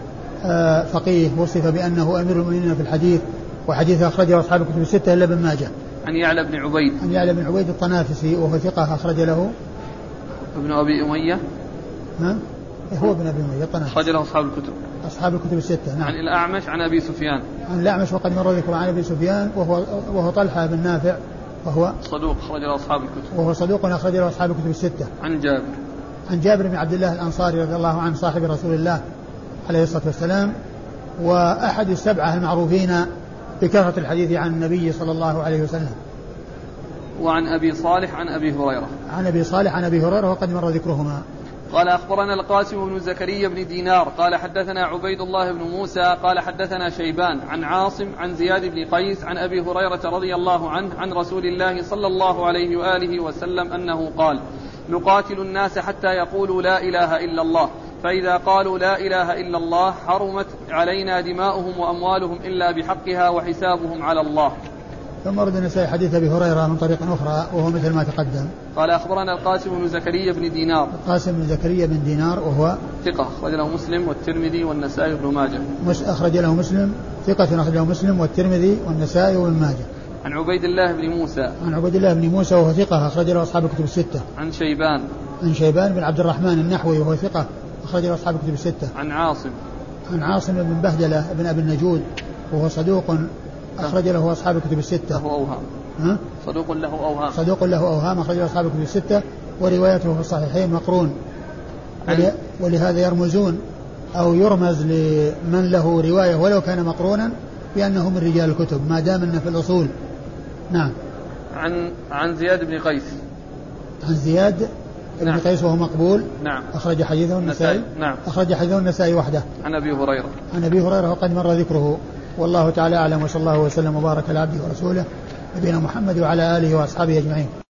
فقيه، وصف بأنه أمير المؤمنين في الحديث، وحديث أخرجه أصحاب الكتب الستة إلا ابن ماجه. عن يعلى بن عبيد الطنافسي وهو ثقة أخرج له ابن أبي أمية. هو ابن أبي أمية الطنافسي أخرج له أصحاب الكتب الستة. نعم. عن الأعمش عن أبي سفيان. عن الأعمش وقد مر ذكر عن أبي سفيان وهو طلحة بن نافع وهو صدوق أخرج له أصحاب الكتب. وهو صدوق أخرج له أصحاب الكتب الستة. عن جابر بن عبد الله الأنصاري رضي الله عنه صاحب رسول الله عليه الصلاة والسلام، وأحد السبعة المعروفين بكثرة الحديث عن النبي صلى الله عليه وسلم. وعن أبي صالح عن أبي هريرة وقد مر ذكرهما. قال أخبرنا القاسم بن زكريا بن دينار قال حدثنا عبيد الله بن موسى قال حدثنا شيبان عن عاصم عن زياد بن قيس عن أبي هريرة رضي الله عنه عن رسول الله صلى الله عليه وآله وسلم أنه قال: نقاتل الناس حتى يقولوا لا إله إلا الله، فإذا قالوا لا إله إلا الله حرمت علينا دماؤهم وأموالهم إلا بحقها وحسابهم على الله. ثم ورد النسائي حديث أبي هريرة من طريق أخرى وهو مثل ما تقدم. قال أخبرنا القاسم بن زكريا بن دينار وهو ثقة أخرج له مسلم والترمذي والنسائي وابن ماجه. أخرج له مسلم ثقة أخرج له مسلم والترمذي والنسائي وابن ماجه. عن عبيد الله بن موسى وهو ثقة أخرج له أصحاب الكتب الستة. عن شيبان بن عبد الرحمن النحوي وهو ثقة أخرج له أصحاب الكتب الستة. عن عاصم بن بهدلة بن أبي النجود وهو صدوق أخرج له أصحاب الكتب الستة. صدوق له أوهام أخرج له أصحاب الكتب الستة، وروايته في الصحيحين مقرون، ولهذا يرمزون أو يرمز لمن له رواية ولو كان مقرونا بأنه من رجال الكتب ما دام أنه في الأصول. نعم. عن زياد بن قيس. عن زياد بن قيس وهو مقبول. نعم. أخرج حديثه النسائي. نعم. أخرج حديثه النسائي وحده. عن أبي هريرة وقد مر ذكره. والله تعالى أعلم، وصلى الله وسلم وبارك على عبده ورسوله نبينا محمد وعلى آله وأصحابه أجمعين.